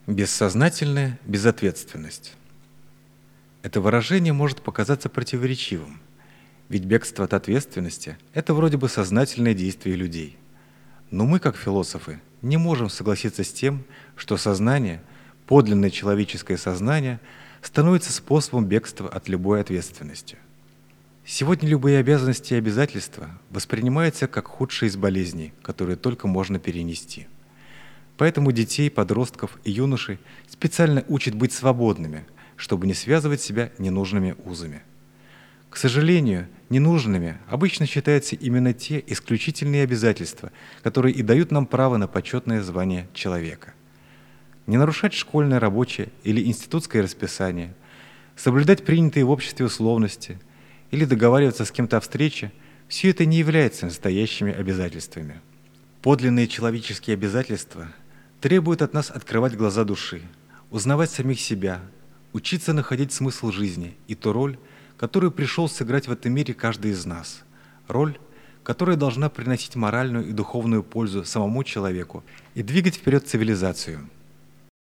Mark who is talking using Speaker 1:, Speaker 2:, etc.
Speaker 1: Бессознательная безответственность. Это выражение может показаться противоречивым, ведь бегство от ответственности– это вроде бы сознательное действие людей. Но мы, как философы, не можем согласиться с тем, что сознание, подлинное человеческое сознание, становится способом бегства от любой ответственности. Сегодня любые обязанности и обязательства воспринимаются как худшие из болезней, которые только можно перенести. Поэтому детей, подростков и юношей специально учат быть свободными, чтобы не связывать себя ненужными узами. К сожалению, ненужными обычно считаются именно те исключительные обязательства, которые и дают нам право на почетное звание человека. Не нарушать школьное, рабочее или институтское расписание, соблюдать принятые в обществе условности или договариваться с кем-то о встрече – все это не является настоящими обязательствами. Подлинные человеческие обязательства требуют от нас открывать глаза души, узнавать самих себя, учиться находить смысл жизни и ту роль, которую пришел сыграть в этом мире каждый из нас. Роль, которая должна приносить моральную и духовную пользу самому человеку и двигать вперед цивилизацию.